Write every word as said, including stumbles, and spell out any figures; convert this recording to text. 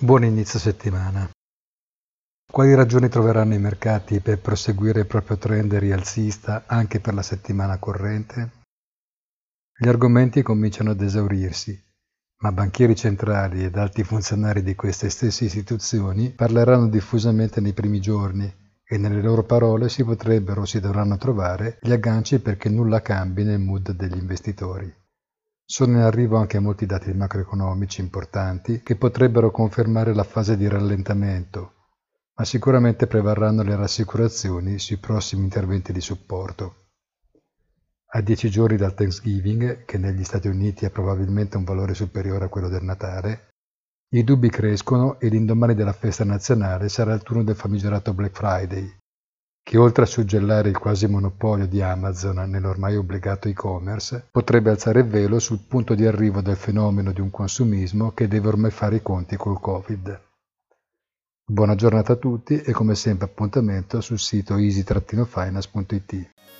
Buon inizio settimana. Quali ragioni troveranno i mercati per proseguire il proprio trend rialzista anche per la settimana corrente? Gli argomenti cominciano ad esaurirsi, ma banchieri centrali ed alti funzionari di queste stesse istituzioni parleranno diffusamente nei primi giorni e nelle loro parole si potrebbero o si dovranno trovare gli agganci perché nulla cambi nel mood degli investitori. Sono in arrivo anche molti dati macroeconomici importanti che potrebbero confermare la fase di rallentamento, ma sicuramente prevarranno le rassicurazioni sui prossimi interventi di supporto. A dieci giorni dal Thanksgiving, che negli Stati Uniti ha probabilmente un valore superiore a quello del Natale, i dubbi crescono e l'indomani della festa nazionale sarà il turno del famigerato Black Friday, che oltre a suggellare il quasi monopolio di Amazon nell'ormai obbligato e-commerce, potrebbe alzare il velo sul punto di arrivo del fenomeno di un consumismo che deve ormai fare i conti col Covid. Buona giornata a tutti e come sempre appuntamento sul sito easy finance punto it.